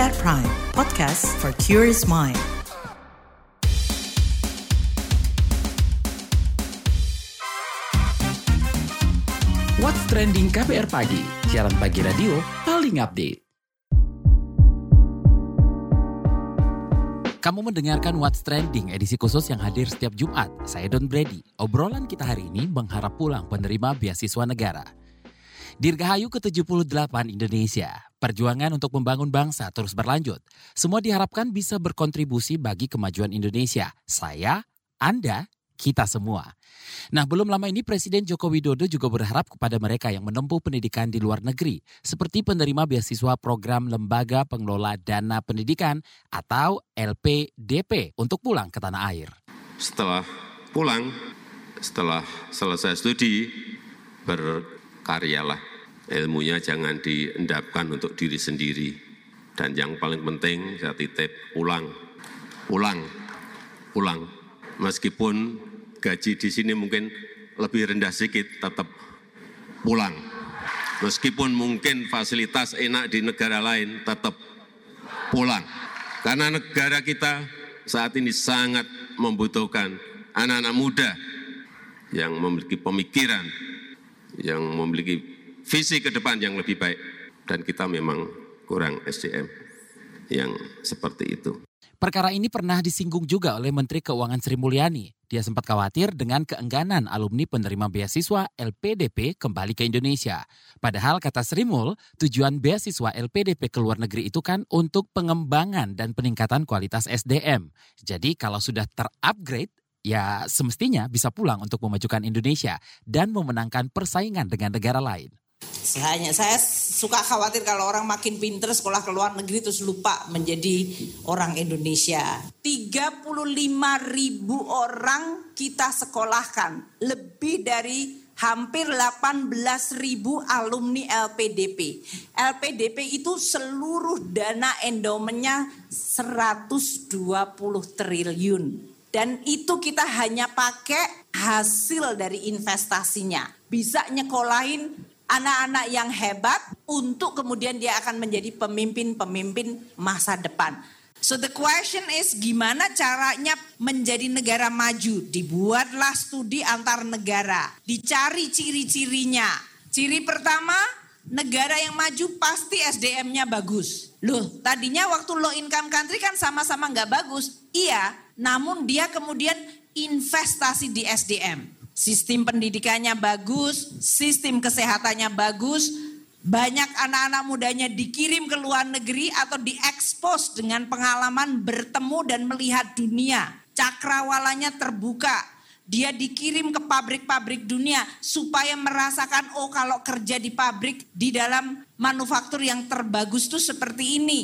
KBR Prime, podcast for curious mind. What's Trending KBR Pagi, siaran pagi radio paling update. Kamu mendengarkan What's Trending, edisi khusus yang hadir setiap Jumat. Saya Don Brady. Obrolan kita hari ini mengharap pulang penerima beasiswa negara. Dirgahayu ke-78 Indonesia, perjuangan untuk membangun bangsa terus berlanjut. Semua diharapkan bisa berkontribusi bagi kemajuan Indonesia. Saya, Anda, kita semua. Nah, belum lama ini Presiden Joko Widodo juga berharap kepada mereka yang menempuh pendidikan di luar negeri, seperti penerima beasiswa program Lembaga Pengelola Dana Pendidikan atau LPDP untuk pulang ke tanah air. Setelah pulang, setelah selesai studi, berkaryalah. Ilmunya jangan diendapkan untuk diri sendiri. Dan yang paling penting saya titip pulang. Meskipun gaji di sini mungkin lebih rendah sedikit, tetap pulang. Meskipun mungkin fasilitas enak di negara lain, tetap pulang. Karena negara kita saat ini sangat membutuhkan anak-anak muda yang memiliki pemikiran, yang memiliki visi ke depan yang lebih baik. Dan kita memang kurang SDM yang seperti itu. Perkara ini pernah disinggung juga oleh Menteri Keuangan Sri Mulyani. Dia sempat khawatir dengan keengganan alumni penerima beasiswa LPDP kembali ke Indonesia. Padahal kata Sri Mul, tujuan beasiswa LPDP ke luar negeri itu kan untuk pengembangan dan peningkatan kualitas SDM. Jadi kalau sudah terupgrade, ya semestinya bisa pulang untuk memajukan Indonesia dan memenangkan persaingan dengan negara lain. Saya suka khawatir kalau orang makin pinter sekolah ke luar negeri terus lupa menjadi orang Indonesia. 35.000 orang kita sekolahkan, lebih dari hampir 18.000 alumni LPDP. LPDP itu seluruh dana endowmentnya 120 triliun. Dan itu kita hanya pakai hasil dari investasinya. Bisa nyekolahin anak-anak yang hebat untuk kemudian dia akan menjadi pemimpin-pemimpin masa depan. So the question is, gimana caranya menjadi negara maju? Dibuatlah studi antar negara, dicari ciri-cirinya. Ciri pertama, negara yang maju pasti SDM-nya bagus. Loh, tadinya waktu low income country kan sama-sama nggak bagus. Iya, namun dia kemudian investasi di SDM. Sistem pendidikannya bagus, sistem kesehatannya bagus, banyak anak-anak mudanya dikirim ke luar negeri atau diekspos dengan pengalaman bertemu dan melihat dunia. Cakrawalanya terbuka, dia dikirim ke pabrik-pabrik dunia supaya merasakan, oh kalau kerja di pabrik di dalam manufaktur yang terbagus itu seperti ini.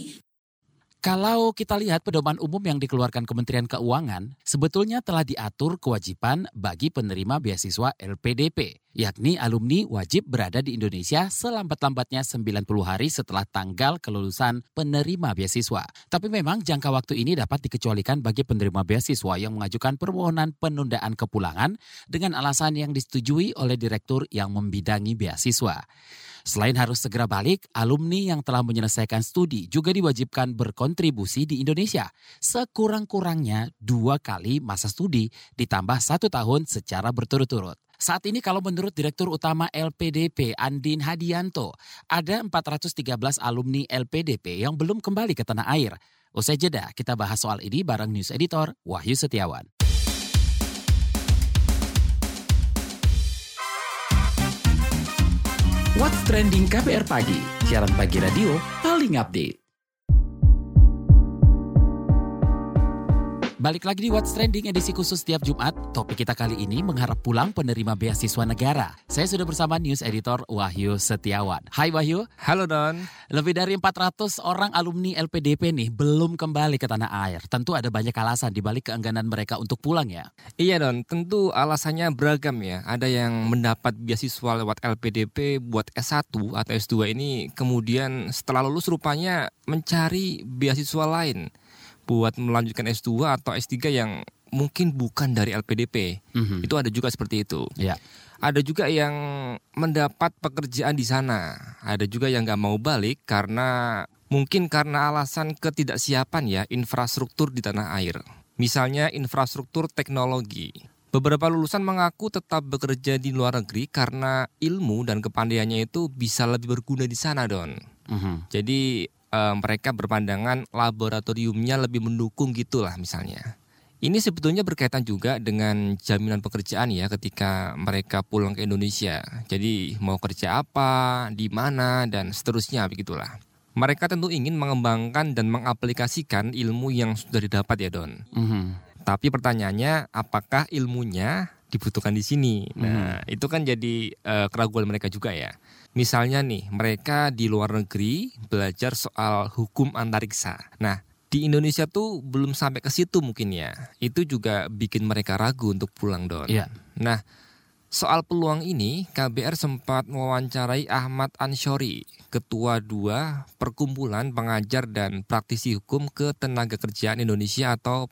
Kalau kita lihat pedoman umum yang dikeluarkan Kementerian Keuangan, sebetulnya telah diatur kewajiban bagi penerima beasiswa LPDP, yakni alumni wajib berada di Indonesia selambat-lambatnya 90 hari setelah tanggal kelulusan penerima beasiswa. Tapi memang jangka waktu ini dapat dikecualikan bagi penerima beasiswa yang mengajukan permohonan penundaan kepulangan dengan alasan yang disetujui oleh direktur yang membidangi beasiswa. Selain harus segera balik, alumni yang telah menyelesaikan studi juga diwajibkan berkontribusi di Indonesia. Sekurang-kurangnya 2 kali masa studi ditambah 1 tahun secara berturut-turut. Saat ini kalau menurut Direktur Utama LPDP Andin Hadianto, ada 413 alumni LPDP yang belum kembali ke tanah air. Usai jeda, kita bahas soal ini bareng News Editor Wahyu Setiawan. What's Trending KBR Pagi, siaran pagi radio paling update. Balik lagi di What's Trending edisi khusus setiap Jumat. Topik kita kali ini mengharap pulang penerima beasiswa negara. Saya sudah bersama News Editor Wahyu Setiawan. Hai Wahyu. Halo Don. Lebih dari 400 orang alumni LPDP nih belum kembali ke tanah air. Tentu ada banyak alasan di balik keengganan mereka untuk pulang ya. Iya Don, tentu alasannya beragam ya. Ada yang mendapat beasiswa lewat LPDP buat S1 atau S2 ini, kemudian setelah lulus rupanya mencari beasiswa lain buat melanjutkan S2 atau S3 yang mungkin bukan dari LPDP. Itu ada juga seperti itu. Ya. Ada juga yang mendapat pekerjaan di sana. Ada juga yang nggak mau balik karena Mungkin karena alasan ketidaksiapan ya infrastruktur di tanah air. Misalnya infrastruktur teknologi. Beberapa lulusan mengaku tetap bekerja di luar negeri karena ilmu dan kepandaiannya itu bisa lebih berguna di sana, Don. Jadi mereka berpandangan laboratoriumnya lebih mendukung gitulah misalnya. Ini sebetulnya berkaitan juga dengan jaminan pekerjaan ya ketika mereka pulang ke Indonesia. Jadi mau kerja apa, di mana, dan seterusnya begitulah. Mereka tentu ingin mengembangkan dan mengaplikasikan ilmu yang sudah didapat ya Don. Tapi pertanyaannya apakah ilmunya dibutuhkan di sini? Nah itu kan jadi keraguan mereka juga ya. Misalnya nih mereka di luar negeri belajar soal hukum antariksa. Nah di Indonesia tuh belum sampai ke situ mungkin ya. Itu juga bikin mereka ragu untuk pulang Don. Iya. Nah soal peluang ini KBR sempat mewawancarai Ahmad Ansyori, Ketua 2 Perkumpulan Pengajar dan Praktisi Hukum Ketenagakerjaan Indonesia atau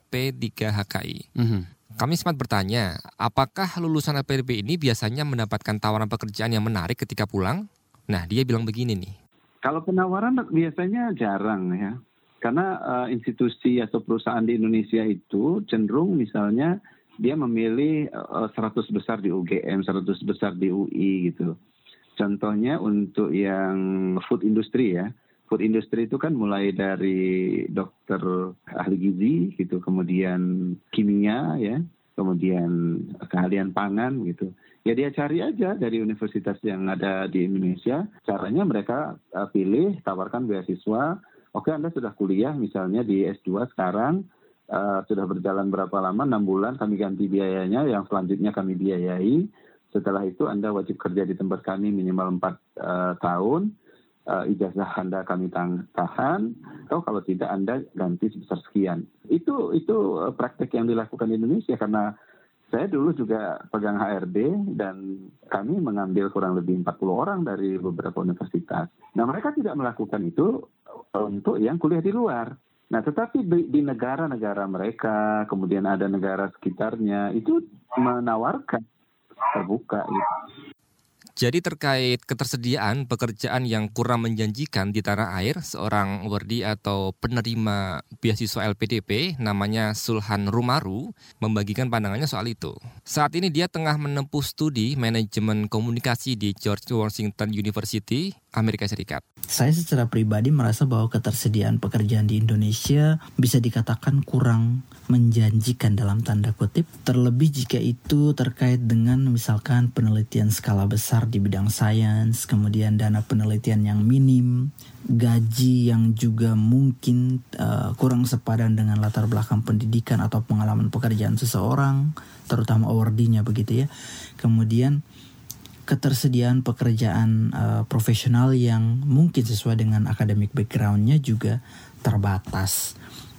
P3HKI. Kami sempat bertanya, apakah lulusan LPDP ini biasanya mendapatkan tawaran pekerjaan yang menarik ketika pulang? Nah, dia bilang begini nih. Kalau penawaran biasanya jarang ya. Karena institusi atau perusahaan di Indonesia itu cenderung misalnya dia memilih 100 besar di UGM, 100 besar di UI gitu. Contohnya untuk yang food industry ya. Food industry itu kan mulai dari dokter ahli gizi gitu, kemudian kimia ya, kemudian keahlian pangan gitu. Ya dia cari aja dari universitas yang ada di Indonesia. Caranya mereka pilih, tawarkan beasiswa. Oke, Anda sudah kuliah misalnya di S2 sekarang, sudah berjalan berapa lama, 6 bulan kami ganti biayanya, yang selanjutnya kami biayai. Setelah itu Anda wajib kerja di tempat kami minimal 4 tahun, ijazah Anda kami tahan, atau kalau tidak Anda ganti sebesar sekian. Itu praktek yang dilakukan di Indonesia, karena saya dulu juga pegang HRD dan kami mengambil kurang lebih 40 orang dari beberapa universitas. Nah mereka tidak melakukan itu untuk yang kuliah di luar. Nah, tetapi di negara-negara mereka, kemudian ada negara sekitarnya, itu menawarkan terbuka. Gitu. Jadi terkait ketersediaan pekerjaan yang kurang menjanjikan di tanah air, seorang wardi atau penerima beasiswa LPDP namanya Sulhan Rumaru membagikan pandangannya soal itu. Saat ini dia tengah menempuh studi manajemen komunikasi di George Washington University, Amerika Serikat. Saya secara pribadi merasa bahwa ketersediaan pekerjaan di Indonesia bisa dikatakan kurang menjanjikan dalam tanda kutip, terlebih jika itu terkait dengan misalkan penelitian skala besar di bidang sains, kemudian dana penelitian yang minim, gaji yang juga mungkin kurang sepadan dengan latar belakang pendidikan atau pengalaman pekerjaan seseorang, terutama awardee-nya begitu ya. Kemudian ketersediaan pekerjaan profesional yang mungkin sesuai dengan academic background-nya juga terbatas.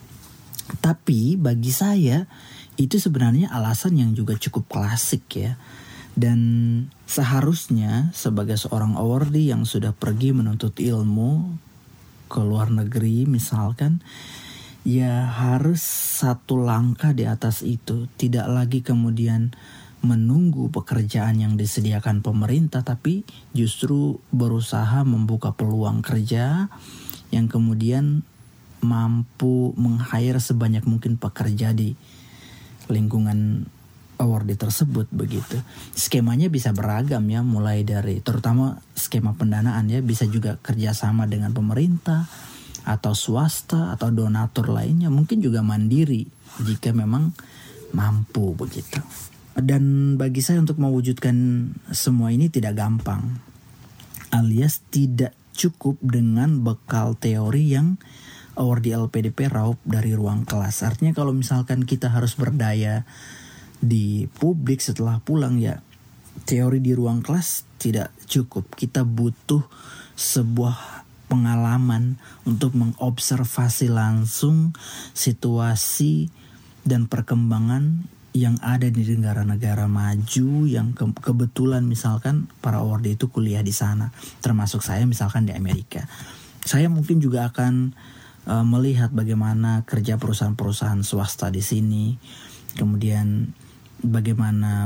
Tapi bagi saya itu sebenarnya alasan yang juga cukup klasik ya. Dan seharusnya sebagai seorang awardee yang sudah pergi menuntut ilmu ke luar negeri misalkan, ya harus satu langkah di atas itu. Tidak lagi kemudian menunggu pekerjaan yang disediakan pemerintah, tapi justru berusaha membuka peluang kerja yang kemudian mampu meng-hire sebanyak mungkin pekerja di lingkungan awardee tersebut begitu. Skemanya bisa beragam ya, mulai dari terutama skema pendanaan ya, bisa juga kerjasama dengan pemerintah atau swasta atau donatur lainnya, mungkin juga mandiri jika memang mampu begitu. Dan bagi saya untuk mewujudkan semua ini tidak gampang, alias tidak cukup dengan bekal teori yang awardee LPDP raup dari ruang kelas. Artinya kalau misalkan kita harus berdaya di publik setelah pulang, ya teori di ruang kelas tidak cukup. Kita butuh sebuah pengalaman untuk mengobservasi langsung situasi dan perkembangan yang ada di negara-negara maju yang kebetulan misalkan para awardee itu kuliah di sana. Termasuk saya misalkan di Amerika. Saya mungkin juga akan melihat bagaimana kerja perusahaan-perusahaan swasta di sini, kemudian bagaimana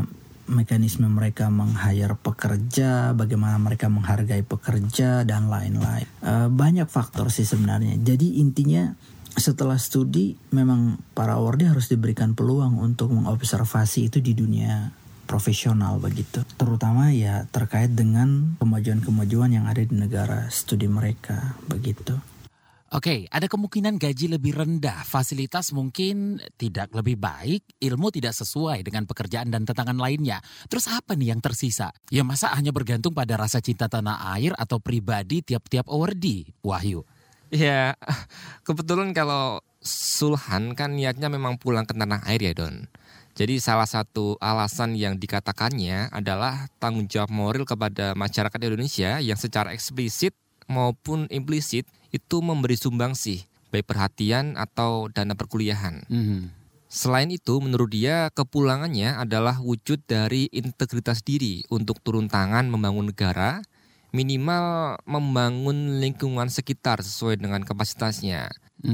mekanisme mereka meng-hire pekerja, bagaimana mereka menghargai pekerja, dan lain-lain. Banyak faktor sih sebenarnya. Jadi intinya setelah studi memang para awardee harus diberikan peluang untuk mengobservasi itu di dunia profesional begitu. Terutama ya terkait dengan kemajuan-kemajuan yang ada di negara studi mereka begitu. Oke, ada kemungkinan gaji lebih rendah, fasilitas mungkin tidak lebih baik, ilmu tidak sesuai dengan pekerjaan dan tantangan lainnya. Terus apa nih yang tersisa? Ya masa hanya bergantung pada rasa cinta tanah air atau pribadi tiap-tiap awardee, Wahyu? Ya, kebetulan kalau Sulhan kan niatnya memang pulang ke tanah air ya Don. Jadi salah satu alasan yang dikatakannya adalah tanggung jawab moral kepada masyarakat Indonesia yang secara eksplisit maupun implisit itu memberi sumbangsih, baik perhatian atau dana perkuliahan. Selain itu, menurut dia kepulangannya adalah wujud dari integritas diri untuk turun tangan membangun negara, minimal membangun lingkungan sekitar sesuai dengan kapasitasnya.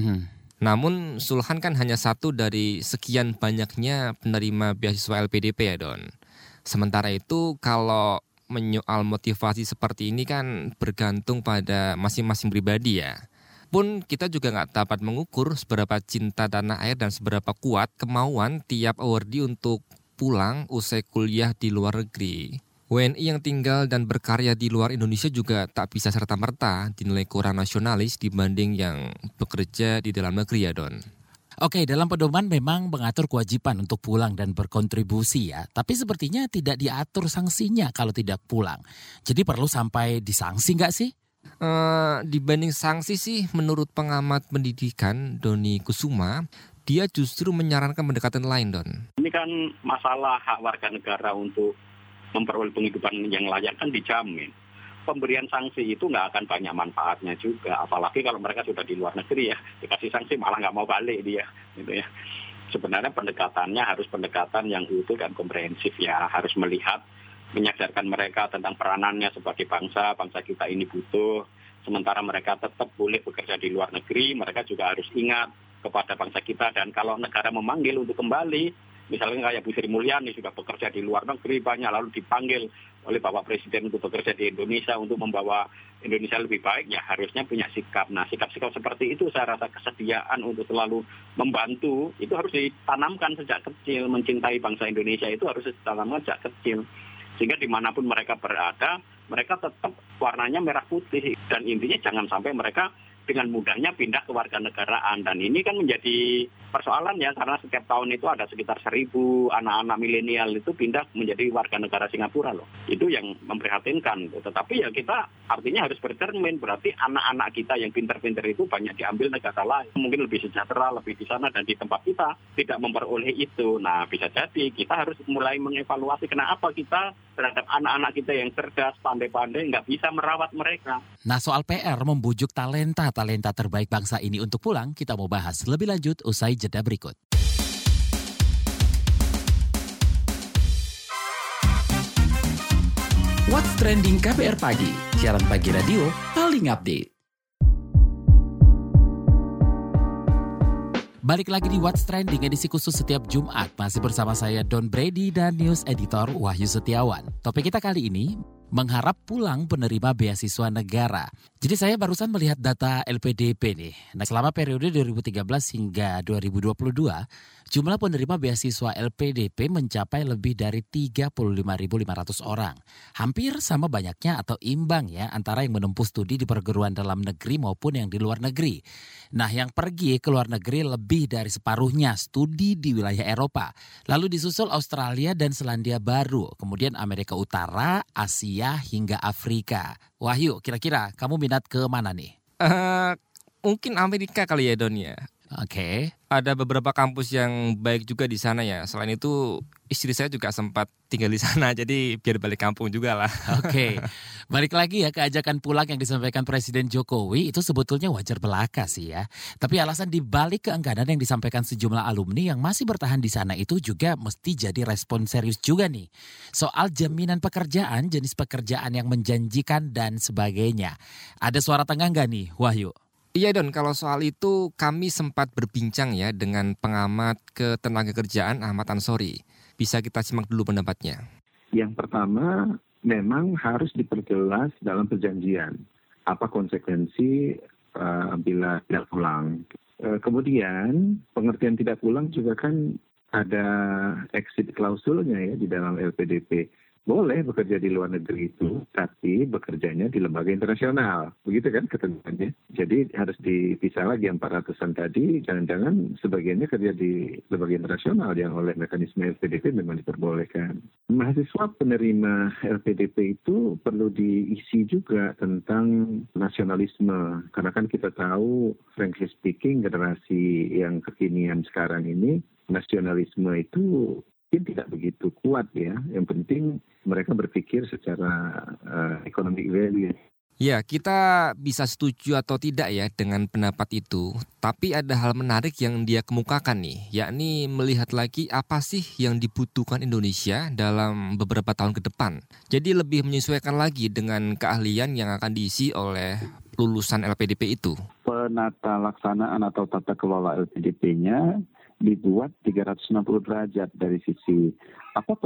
Namun Sulhan kan hanya satu dari sekian banyaknya penerima beasiswa LPDP ya Don. Sementara itu kalau menyoal motivasi seperti ini kan bergantung pada masing-masing pribadi ya. Pun kita juga nggak dapat mengukur seberapa cinta tanah air dan seberapa kuat kemauan tiap awardee untuk pulang usai kuliah di luar negeri. WNI yang tinggal dan berkarya di luar Indonesia juga tak bisa serta-merta dinilai kurang nasionalis dibanding yang bekerja di dalam negeri ya Don. Oke, dalam pedoman memang mengatur kewajiban untuk pulang dan berkontribusi ya. Tapi sepertinya tidak diatur sanksinya kalau tidak pulang. Jadi perlu sampai disanksi nggak sih? Dibanding sanksi sih menurut pengamat pendidikan Doni Kusuma, dia justru menyarankan pendekatan lain Don. Ini kan masalah hak warga negara untuk memperoleh penghidupan yang layak kan dijamin. Pemberian sanksi itu nggak akan banyak manfaatnya juga, apalagi kalau mereka sudah di luar negeri ya, dikasih sanksi malah nggak mau balik dia, gitu ya. Sebenarnya pendekatannya harus pendekatan yang utuh dan komprehensif ya, harus melihat, menyadarkan mereka tentang peranannya sebagai bangsa kita ini butuh, sementara mereka tetap boleh bekerja di luar negeri, mereka juga harus ingat kepada bangsa kita, dan kalau negara memanggil untuk kembali, misalnya kayak Bu Sri Mulyani sudah bekerja di luar negeri banyak, lalu dipanggil oleh Bapak Presiden untuk bekerja di Indonesia untuk membawa Indonesia lebih baik, ya harusnya punya sikap. Nah, sikap-sikap seperti itu saya rasa kesediaan untuk selalu membantu itu harus ditanamkan sejak kecil. Mencintai bangsa Indonesia itu harus ditanamkan sejak kecil. Sehingga dimanapun mereka berada, mereka tetap warnanya merah putih. Dan intinya jangan sampai mereka dengan mudahnya pindah ke warganegaraan. Dan ini kan menjadi persoalan ya, karena setiap tahun itu ada sekitar 1.000 anak-anak milenial itu pindah menjadi warga negara Singapura loh. Itu yang memprihatinkan. Tetapi ya kita artinya harus bercermin, berarti anak-anak kita yang pintar-pintar itu banyak diambil negara lain. Mungkin lebih sejahtera, lebih di sana, dan di tempat kita tidak memperoleh itu. Nah, bisa jadi kita harus mulai mengevaluasi kenapa kita terhadap anak-anak kita yang cerdas, pandai-pandai, nggak bisa merawat mereka. Nah, soal PR membujuk talenta terbaik bangsa ini untuk pulang, kita mau bahas lebih lanjut usai jeda berikut. What's Trending KBR Pagi, siaran pagi radio paling update. Balik lagi di What's Trending edisi khusus setiap Jumat. Masih bersama saya Don Brady dan News Editor Wahyu Setiawan. Topik kita kali ini, mengharap pulang penerima beasiswa negara. Jadi saya barusan melihat data LPDP nih. Nah, selama periode 2013 hingga 2022, jumlah penerima beasiswa LPDP mencapai lebih dari 35.500 orang. Hampir sama banyaknya atau imbang ya antara yang menempuh studi di perguruan dalam negeri maupun yang di luar negeri. Nah, yang pergi ke luar negeri lebih dari separuhnya studi di wilayah Eropa. Lalu disusul Australia dan Selandia Baru, kemudian Amerika Utara, Asia hingga Afrika. Wahyu, kira-kira kamu minat ke mana nih? Mungkin Amerika kali ya Don ya. Oke. Ada beberapa kampus yang baik juga di sana ya. Selain itu istri saya juga sempat tinggal di sana, jadi biar balik kampung juga lah. Oke. Balik lagi ya ke ajakan pulang yang disampaikan Presiden Jokowi, itu sebetulnya wajar belaka sih ya. Tapi alasan dibalik keengganan yang disampaikan sejumlah alumni yang masih bertahan di sana itu juga mesti jadi respon serius juga nih. Soal jaminan pekerjaan, jenis pekerjaan yang menjanjikan dan sebagainya. Ada suara tengah nggak nih, Wahyu? Iya Don, kalau soal itu kami sempat berbincang ya dengan pengamat ketenagakerjaan Ahmad Ansori. Bisa kita simak dulu pendapatnya. Yang pertama, memang harus diperjelas dalam perjanjian apa konsekuensi bila tidak pulang. Kemudian pengertian tidak pulang juga kan ada exit klausulnya ya di dalam LPDP. Boleh bekerja di luar negeri itu, tapi bekerjanya di lembaga internasional. Begitu kan ketentuannya. Jadi harus dipisah lagi yang 400-an tadi, jangan-jangan sebagiannya kerja di lembaga internasional yang oleh mekanisme LPDP memang diperbolehkan. Mahasiswa penerima LPDP itu perlu diisi juga tentang nasionalisme. Karena kan kita tahu, frankly speaking, generasi yang kekinian sekarang ini, nasionalisme itu mungkin tidak begitu kuat ya. Yang penting mereka berpikir secara economic value. Ya, kita bisa setuju atau tidak ya dengan pendapat itu. Tapi ada hal menarik yang dia kemukakan nih, yakni melihat lagi apa sih yang dibutuhkan Indonesia dalam beberapa tahun ke depan. Jadi lebih menyesuaikan lagi dengan keahlian yang akan diisi oleh lulusan LPDP itu. Penata laksanaan atau tata kelola LPDP-nya dibuat 360 derajat dari sisi apa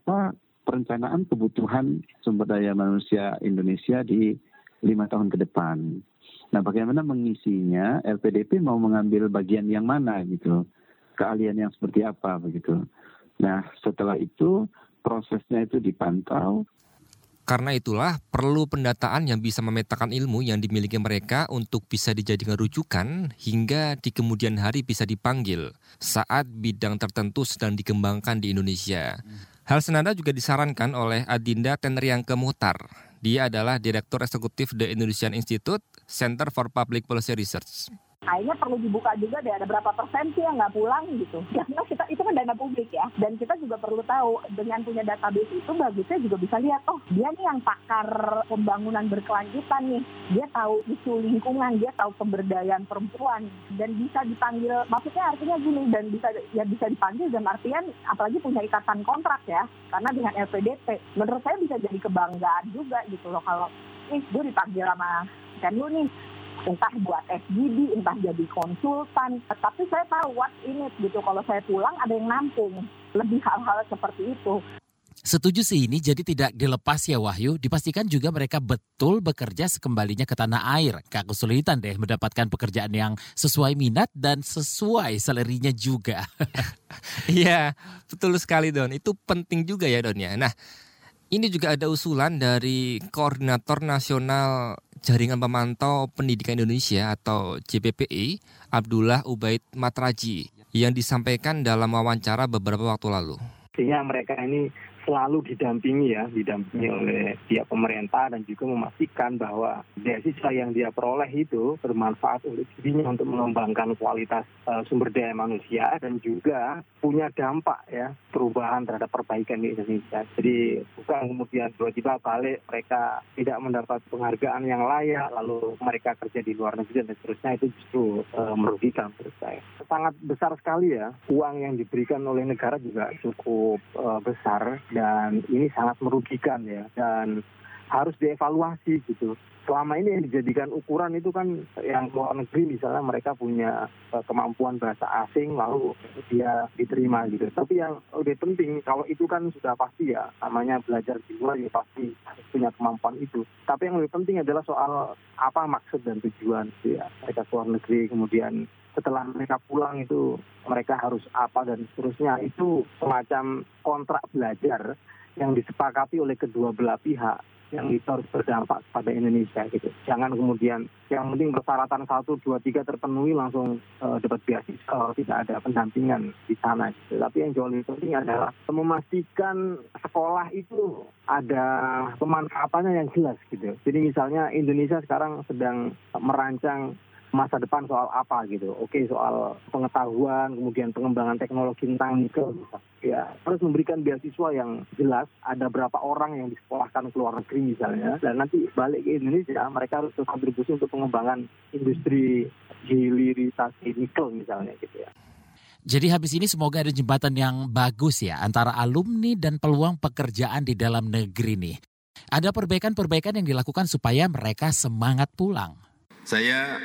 perencanaan kebutuhan sumber daya manusia Indonesia di 5 tahun ke depan. Nah, bagaimana mengisinya? LPDP mau mengambil bagian yang mana gitu, keahlian yang seperti apa begitu. Nah, setelah itu prosesnya itu dipantau. Karena itulah perlu pendataan yang bisa memetakan ilmu yang dimiliki mereka untuk bisa dijadikan rujukan hingga di kemudian hari bisa dipanggil saat bidang tertentu sedang dikembangkan di Indonesia. Hal senada juga disarankan oleh Adinda Tenriangke Muhtar. Dia adalah Direktur Eksekutif The Indonesian Institute, Center for Public Policy Research. Kayaknya perlu dibuka juga deh, ada berapa persen sih yang nggak pulang gitu. Karena kita itu kan dana publik ya. Dan kita juga perlu tahu, dengan punya database itu bagusnya juga bisa lihat, oh dia nih yang pakar pembangunan berkelanjutan nih. Dia tahu isu lingkungan, dia tahu pemberdayaan perempuan. Dan bisa dipanggil, maksudnya artinya gini, dan bisa dipanggil dan artian apalagi punya ikatan kontrak ya. Karena dengan LPDP, menurut saya bisa jadi kebanggaan juga gitu loh. Kalau, gue dipanggil sama Kemlu nih. Entah buat FGD, entah jadi konsultan. Tapi saya tahu what in it gitu. Kalau saya pulang ada yang nampung. Lebih hal-hal seperti itu. Setuju sih ini, jadi tidak dilepas ya Wahyu. Dipastikan juga mereka betul bekerja sekembalinya ke tanah air. Gak kesulitan deh mendapatkan pekerjaan yang sesuai minat dan sesuai salarinya juga. Iya, betul sekali Don. Itu penting juga ya Don ya. Nah, ini juga ada usulan dari Koordinator Nasional Jaringan Pemantau Pendidikan Indonesia atau JPPI, Abdullah Ubaid Matraji, yang disampaikan dalam wawancara beberapa waktu lalu. Artinya mereka ini selalu didampingi oleh pihak pemerintah dan juga memastikan bahwa beasiswa yang dia peroleh itu bermanfaat untuk dirinya untuk mengembangkan kualitas sumber daya manusia dan juga punya dampak ya perubahan terhadap perbaikan di Indonesia. Jadi bukan kemudian tiba-tiba balik mereka tidak mendapat penghargaan yang layak lalu mereka kerja di luar negeri dan seterusnya, itu justru merugikan menurut saya. Sangat besar sekali ya uang yang diberikan oleh negara juga cukup besar. Dan ini sangat merugikan ya, dan harus dievaluasi gitu. Selama ini yang dijadikan ukuran itu kan yang luar negeri misalnya mereka punya kemampuan bahasa asing lalu dia diterima gitu. Tapi yang lebih penting kalau itu kan sudah pasti ya, namanya belajar di luar ya pasti harus punya kemampuan itu. Tapi yang lebih penting adalah soal apa maksud dan tujuan gitu ya. Mereka ke luar negeri kemudian setelah mereka pulang itu mereka harus apa dan seterusnya. Itu semacam kontrak belajar yang disepakati oleh kedua belah pihak yang itu harus berdampak pada Indonesia gitu. Jangan kemudian yang penting persyaratan 1, 2, 3 terpenuhi langsung dapat beasiswa, tidak ada pendampingan di sana gitu. Tapi yang jauh lebih penting adalah memastikan sekolah itu ada pemanfaatannya yang jelas gitu. Jadi misalnya Indonesia sekarang sedang merancang masa depan soal apa gitu. Oke, soal pengetahuan, kemudian pengembangan teknologi tentang nikel. Ya, harus memberikan beasiswa yang jelas, ada berapa orang yang disekolahkan ke luar negeri misalnya, dan nanti balik ke Indonesia, mereka harus berkontribusi untuk pengembangan industri hilirisasi nikel misalnya gitu ya. Jadi habis ini semoga ada jembatan yang bagus ya antara alumni dan peluang pekerjaan di dalam negeri nih. Ada perbaikan-perbaikan yang dilakukan supaya mereka semangat pulang. Saya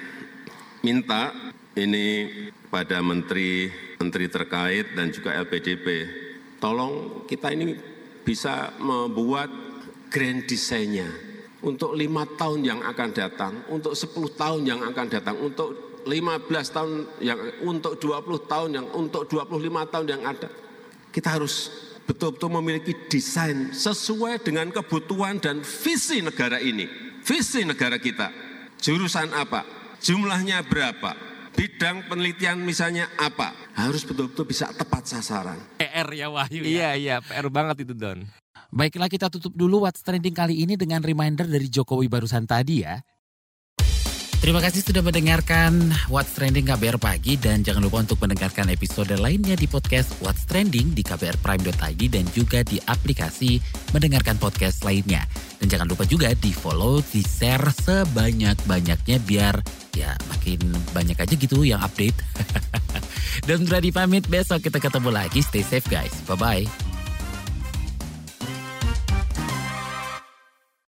minta ini pada menteri terkait dan juga LPDP, tolong kita ini bisa membuat grand design-nya untuk 5 tahun yang akan datang, untuk 10 tahun yang akan datang, untuk 15 tahun yang, untuk 20 tahun yang, untuk 25 tahun yang ada. Kita harus betul-betul memiliki desain sesuai dengan kebutuhan dan visi negara ini. Visi negara kita, jurusan apa, jumlahnya berapa, bidang penelitian misalnya apa, harus betul-betul bisa tepat sasaran. PR ya Wahyu ya? Iya, PR banget itu Don. Baiklah, kita tutup dulu What's Trending kali ini dengan reminder dari Jokowi barusan tadi ya. Terima kasih sudah mendengarkan What's Trending KBR Pagi, dan jangan lupa untuk mendengarkan episode lainnya di podcast What's Trending di kbrprime.id dan juga di aplikasi mendengarkan podcast lainnya. Dan jangan lupa juga di follow, di share sebanyak-banyaknya biar ya makin banyak aja gitu yang update. Dan berani pamit, besok kita ketemu lagi. Stay safe guys, bye-bye.